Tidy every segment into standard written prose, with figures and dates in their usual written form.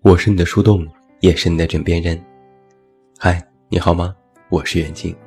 我是你的树洞，也是你的枕边人。嗨，你好吗？我是远近。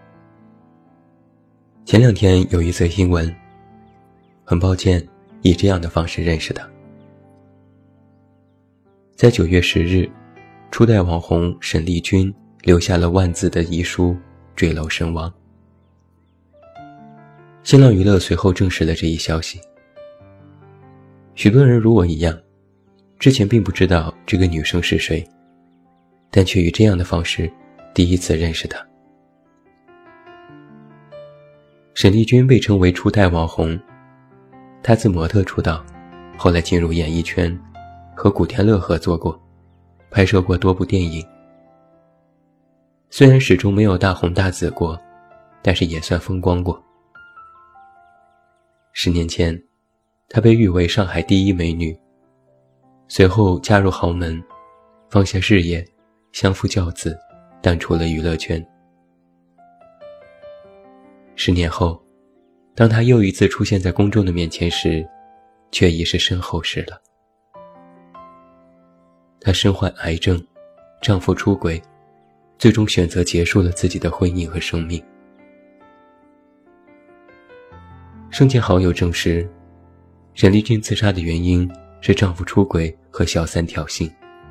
前2天有一则新闻，很抱歉以这样的方式认识的。在9月10日，初代网红沈丽君留下了万字的遗书，坠楼身亡。新浪娱乐随后证实了这一消息。许多人如我一样，之前并不知道这个女生是谁，但却以这样的方式第一次认识她。沈丽君被称为初代网红，她自模特出道，后来进入演艺圈，和古天乐合作过，拍摄过多部电影。虽然始终没有大红大紫过，但是也算风光过。10年前，她被誉为上海第一美女，随后嫁入豪门，放下事业，相夫教子，淡出了娱乐圈。10年后，当她又一次出现在公众的面前时，却已是身后事了。她身患癌症，丈夫出轨，最终选择结束了自己的婚姻和生命。生前好友证实，沈丽君自杀的原因是丈夫出轨和小三挑衅。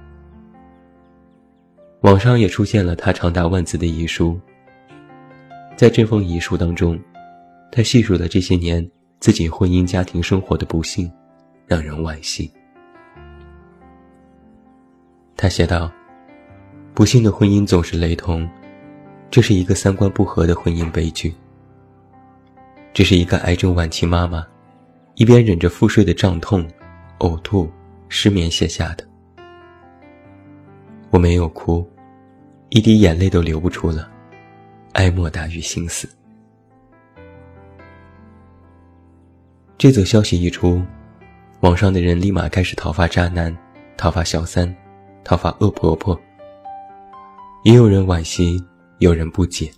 网上也出现了她长达万字的遗书，在这封遗书当中，她细数了这些年自己婚姻家庭生活的不幸，让人惋惜。她写道，不幸的婚姻总是雷同，这是一个三观不合的婚姻悲剧。这是一个癌症晚期妈妈一边忍着腹睡的胀痛、呕吐、失眠写下的。我没有哭，一滴眼泪都流不出了，哀莫大于心死。这则消息一出，网上的人立马开始讨伐渣男，讨伐小三，讨伐恶婆婆。也有人惋惜，有人不解。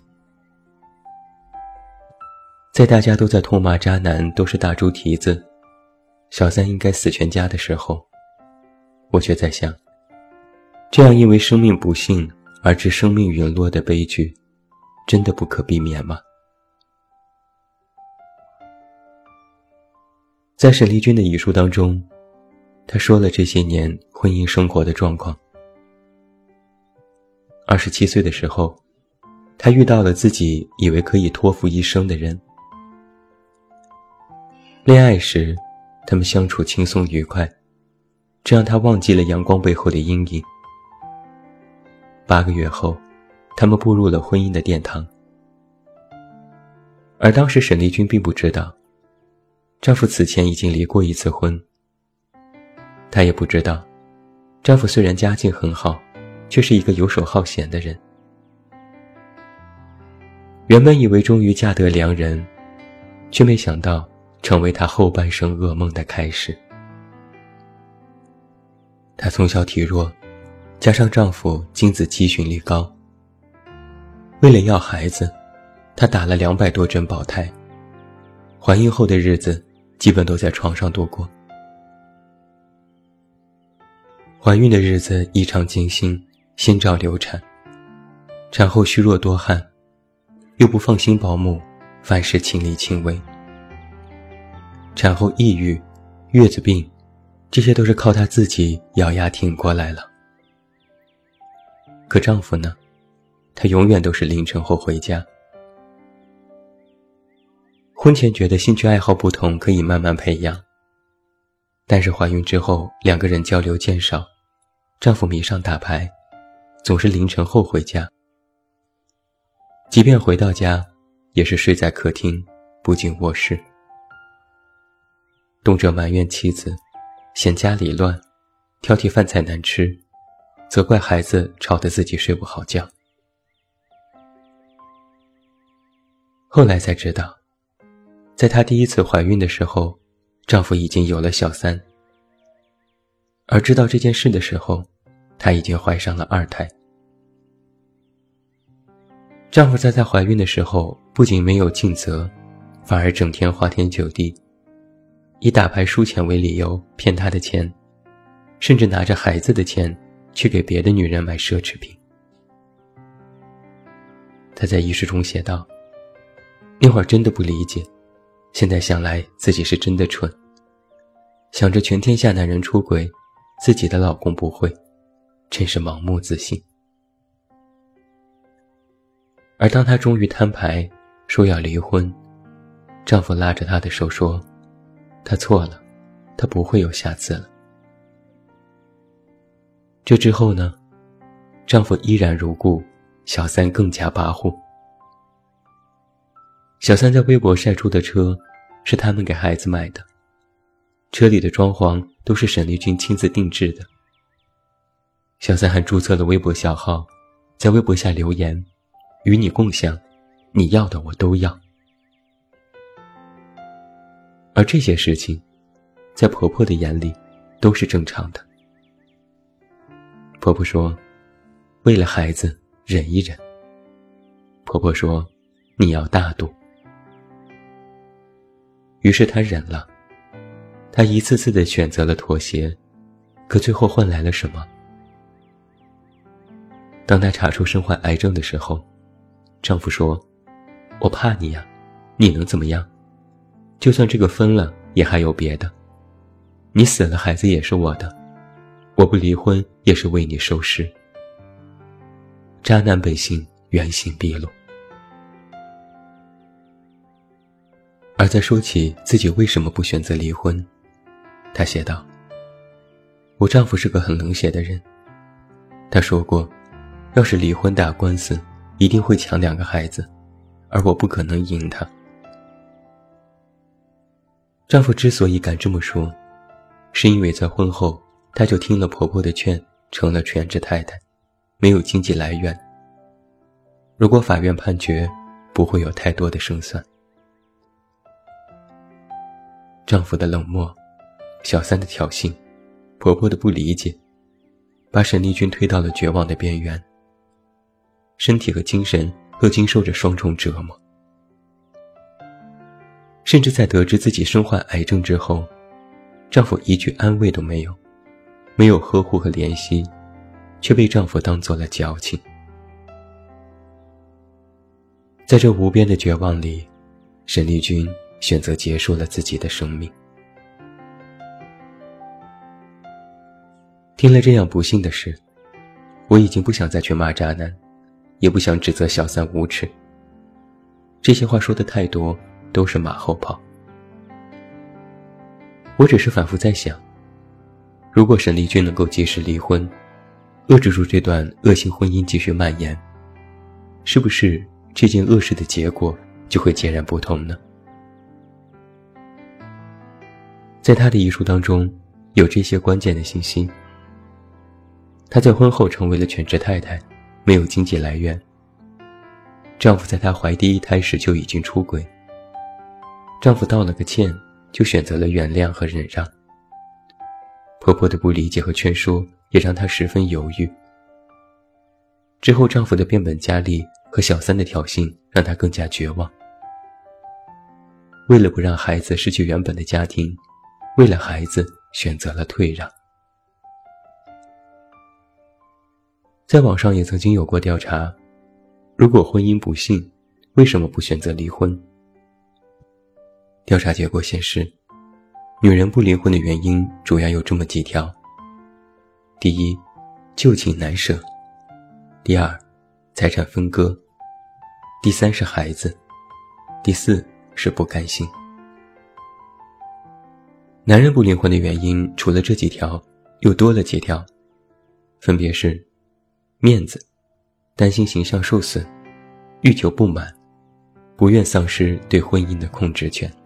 在大家都在痛骂渣男都是大猪蹄子，小三应该死全家的时候，我却在想，这样因为生命不幸而致生命陨落的悲剧，真的不可避免吗？在沈丽君的遗书当中，她说了这些年婚姻生活的状况。27岁的时候，她遇到了自己以为可以托付一生的人。恋爱时，他们相处轻松愉快，这让她忘记了阳光背后的阴影。8个月后，他们步入了婚姻的殿堂。而当时沈丽君并不知道，丈夫此前已经离过1次婚。她也不知道，丈夫虽然家境很好，却是一个游手好闲的人。原本以为终于嫁得良人，却没想到成为她后半生噩梦的开始。她从小体弱，加上丈夫精子期寻率高，为了要孩子，她打了200多针保胎，怀孕后的日子基本都在床上度过。怀孕的日子异常艰辛，心照流产，产后虚弱多汗，又不放心保姆，凡事亲力亲为。产后抑郁、月子病，这些都是靠她自己咬牙挺过来了。可丈夫呢？他永远都是凌晨后回家。婚前觉得兴趣爱好不同可以慢慢培养，但是怀孕之后2个人交流渐少，丈夫迷上打牌，总是凌晨后回家。即便回到家，也是睡在客厅，不进卧室。动辄埋怨妻子，嫌家里乱，挑剔饭菜难吃，责怪孩子吵得自己睡不好觉。后来才知道，在她第1次怀孕的时候，丈夫已经有了小三。而知道这件事的时候，她已经怀上了2胎。丈夫在她怀孕的时候不仅没有尽责，反而整天花天酒地，以打牌输钱为理由骗她的钱，甚至拿着孩子的钱去给别的女人买奢侈品。他在遗书中写道，那会儿真的不理解，现在想来自己是真的蠢，想着全天下男人出轨，自己的老公不会，真是盲目自信。而当她终于摊牌说要离婚，丈夫拉着她的手说，她错了，她不会有下次了。这之后呢，丈夫依然如故，小三更加跋扈。小三在微博晒出的车是他们给孩子买的，车里的装潢都是沈丽君亲自定制的。小三还注册了微博小号，在微博下留言，与你共享，你要的我都要。而这些事情在婆婆的眼里都是正常的。婆婆说，为了孩子忍一忍。婆婆说，你要大度。于是她忍了，她一次次地选择了妥协，可最后换来了什么？当她查出身患癌症的时候，丈夫说，我怕你呀，你能怎么样？就算这个分了，也还有别的。你死了，孩子也是我的，我不离婚也是为你收尸。渣男本性原形毕露。而在说起自己为什么不选择离婚，她写道，我丈夫是个很冷血的人，他说过，要是离婚打官司一定会抢2个孩子，而我不可能赢他。丈夫之所以敢这么说，是因为在婚后他就听了婆婆的劝，成了全职太太，没有经济来源。如果法院判决，不会有太多的胜算。丈夫的冷漠，小三的挑衅，婆婆的不理解，把沈丽君推到了绝望的边缘，身体和精神都经受着双重折磨。甚至在得知自己身患癌症之后，丈夫一句安慰都没有，没有呵护和怜惜，却被丈夫当作了矫情。在这无边的绝望里，沈丽君选择结束了自己的生命。听了这样不幸的事，我已经不想再去骂渣男，也不想指责小三无耻。这些话说的太多，都是马后炮。我只是反复在想，如果沈丽君能够及时离婚，遏制住这段恶性婚姻继续蔓延，是不是这件恶事的结果就会截然不同呢？在她的遗书当中有这些关键的信息。她在婚后成为了全职太太，没有经济来源。丈夫在她怀第1胎时就已经出轨，丈夫道了个歉，就选择了原谅和忍让。婆婆的不理解和劝说也让她十分犹豫。之后丈夫的变本加厉和小三的挑衅让她更加绝望。为了不让孩子失去原本的家庭，为了孩子选择了退让。在网上也曾经有过调查，如果婚姻不幸，为什么不选择离婚？调查结果显示，女人不离婚的原因主要有这么几条。第一，旧情难舍；第二，财产分割；第三是孩子；第四是不甘心。男人不离婚的原因除了这几条，又多了几条，分别是面子、担心形象受损、欲求不满、不愿丧失对婚姻的控制权。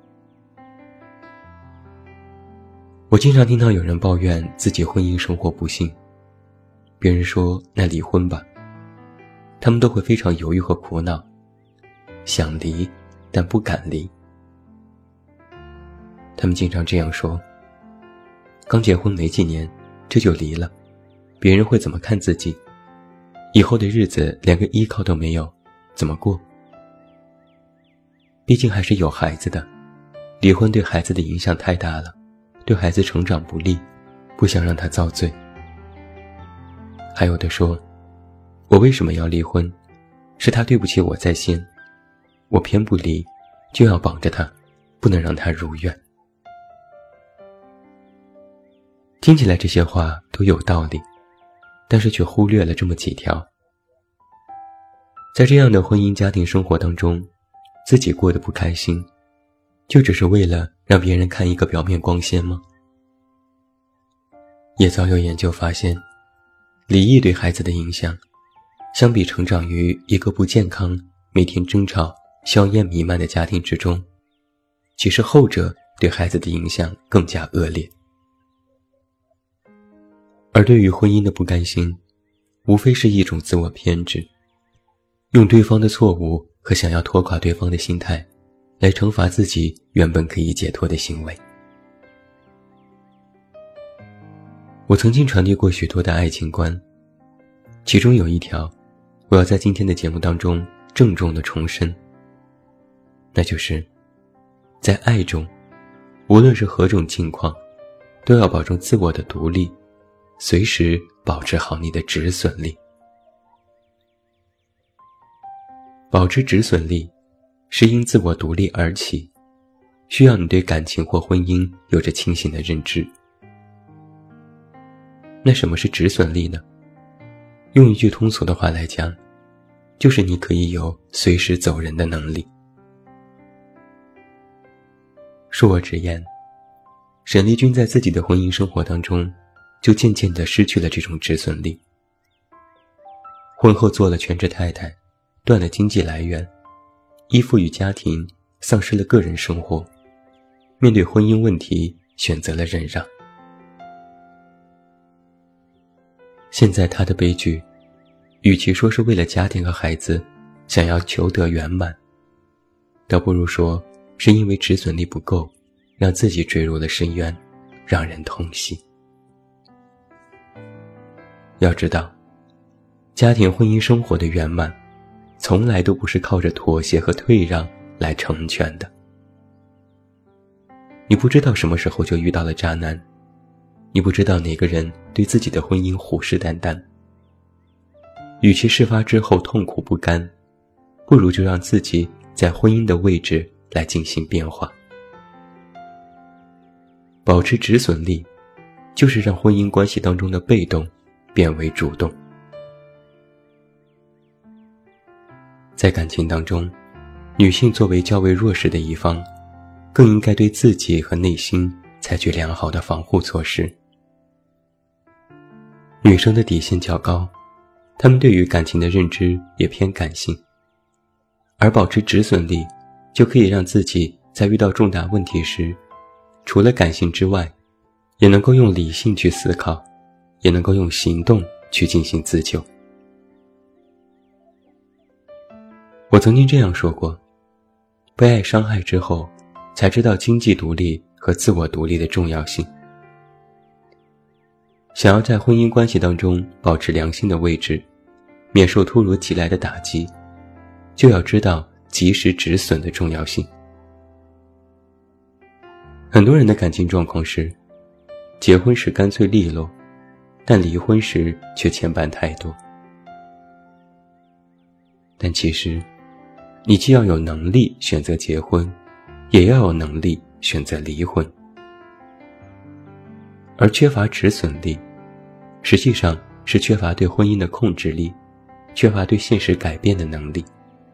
我经常听到有人抱怨自己婚姻生活不幸，别人说那离婚吧，他们都会非常犹豫和苦恼，想离但不敢离。他们经常这样说，刚结婚没几年这就离了，别人会怎么看自己？以后的日子连个依靠都没有，怎么过？毕竟还是有孩子的，离婚对孩子的影响太大了，对孩子成长不利，不想让他遭罪。 还有的说，我为什么要离婚？是他对不起我在先，我偏不离，就要绑着他，不能让他如愿。听起来这些话都有道理，但是却忽略了这么几条。在这样的婚姻家庭生活当中，自己过得不开心，就只是为了让别人看一个表面光鲜吗？也早有研究发现，离异对孩子的影响，相比成长于一个不健康、每天争吵、硝烟弥漫的家庭之中，其实后者对孩子的影响更加恶劣。而对于婚姻的不甘心，无非是一种自我偏执，用对方的错误和想要拖垮对方的心态来惩罚自己原本可以解脱的行为。我曾经传递过许多的爱情观，其中有一条，我要在今天的节目当中郑重地重申，那就是在爱中，无论是何种境况，都要保证自我的独立，随时保持好你的止损力。保持止损力是因自我独立而起，需要你对感情或婚姻有着清醒的认知。那什么是止损力呢？用一句通俗的话来讲，就是你可以有随时走人的能力。恕我直言，沈丽君在自己的婚姻生活当中就渐渐地失去了这种止损力。婚后做了全职太太，断了经济来源，依附于家庭，丧失了个人生活，面对婚姻问题选择了忍让。现在她的悲剧，与其说是为了家庭和孩子想要求得圆满，倒不如说是因为止损力不够，让自己坠入了深渊，让人痛惜。要知道，家庭婚姻生活的圆满从来都不是靠着妥协和退让来成全的。你不知道什么时候就遇到了渣男，你不知道哪个人对自己的婚姻虎视眈眈。与其事发之后痛苦不甘，不如就让自己在婚姻的位置来进行变化。保持止损力，就是让婚姻关系当中的被动变为主动。在感情当中，女性作为较为弱势的一方，更应该对自己和内心采取良好的防护措施。女生的底线较高，她们对于感情的认知也偏感性，而保持止损力，就可以让自己在遇到重大问题时，除了感性之外，也能够用理性去思考，也能够用行动去进行自救。我曾经这样说过，被爱伤害之后，才知道经济独立和自我独立的重要性。想要在婚姻关系当中保持良心的位置，免受突如其来的打击，就要知道及时止损的重要性。很多人的感情状况是，结婚时干脆利落，但离婚时却牵绊太多。但其实，你既要有能力选择结婚，也要有能力选择离婚。而缺乏止损力，实际上是缺乏对婚姻的控制力，缺乏对现实改变的能力。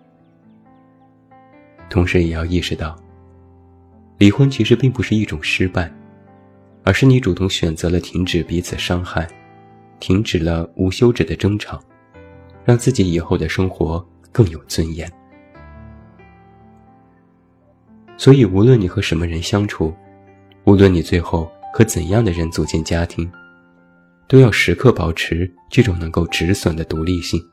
同时也要意识到，离婚其实并不是一种失败，而是你主动选择了停止彼此伤害，停止了无休止的争吵，让自己以后的生活更有尊严。所以无论你和什么人相处，无论你最后和怎样的人组建家庭，都要时刻保持这种能够止损的独立性。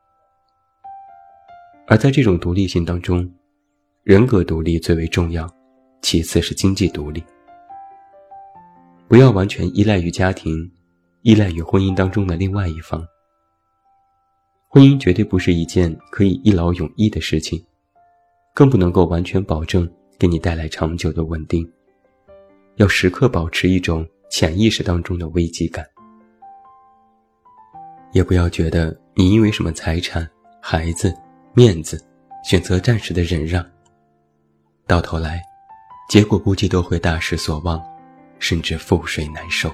而在这种独立性当中，人格独立最为重要，其次是经济独立。不要完全依赖于家庭，依赖于婚姻当中的另外一方。婚姻绝对不是一件可以一劳永逸的事情，更不能够完全保证给你带来长久的稳定，要时刻保持一种潜意识当中的危机感。 也不要觉得你因为什么财产、孩子、面子，选择暂时的忍让，到头来，结果估计都会大失所望，甚至覆水难收。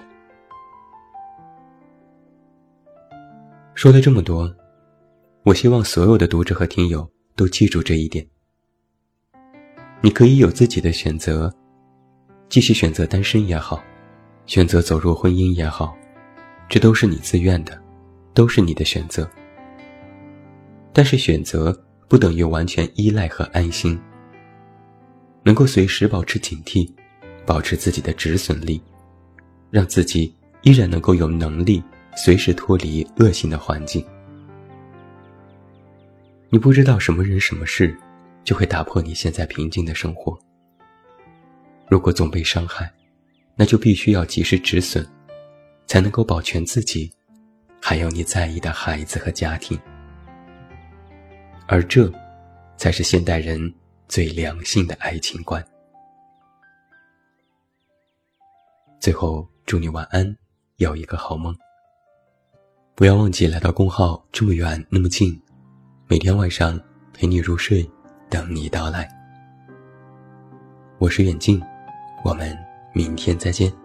说了这么多，我希望所有的读者和听友都记住这一点。你可以有自己的选择，继续选择单身也好，选择走入婚姻也好，这都是你自愿的，都是你的选择。但是选择不等于完全依赖和安心，能够随时保持警惕，保持自己的止损力，让自己依然能够有能力随时脱离恶性的环境。你不知道什么人什么事就会打破你现在平静的生活。如果总被伤害，那就必须要及时止损，才能够保全自己，还有你在意的孩子和家庭。而这才是现代人最良性的爱情观。最后祝你晚安，有一个好梦。不要忘记来到公号这么远那么近，每天晚上陪你入睡，等你到来。我是远近，我们明天再见。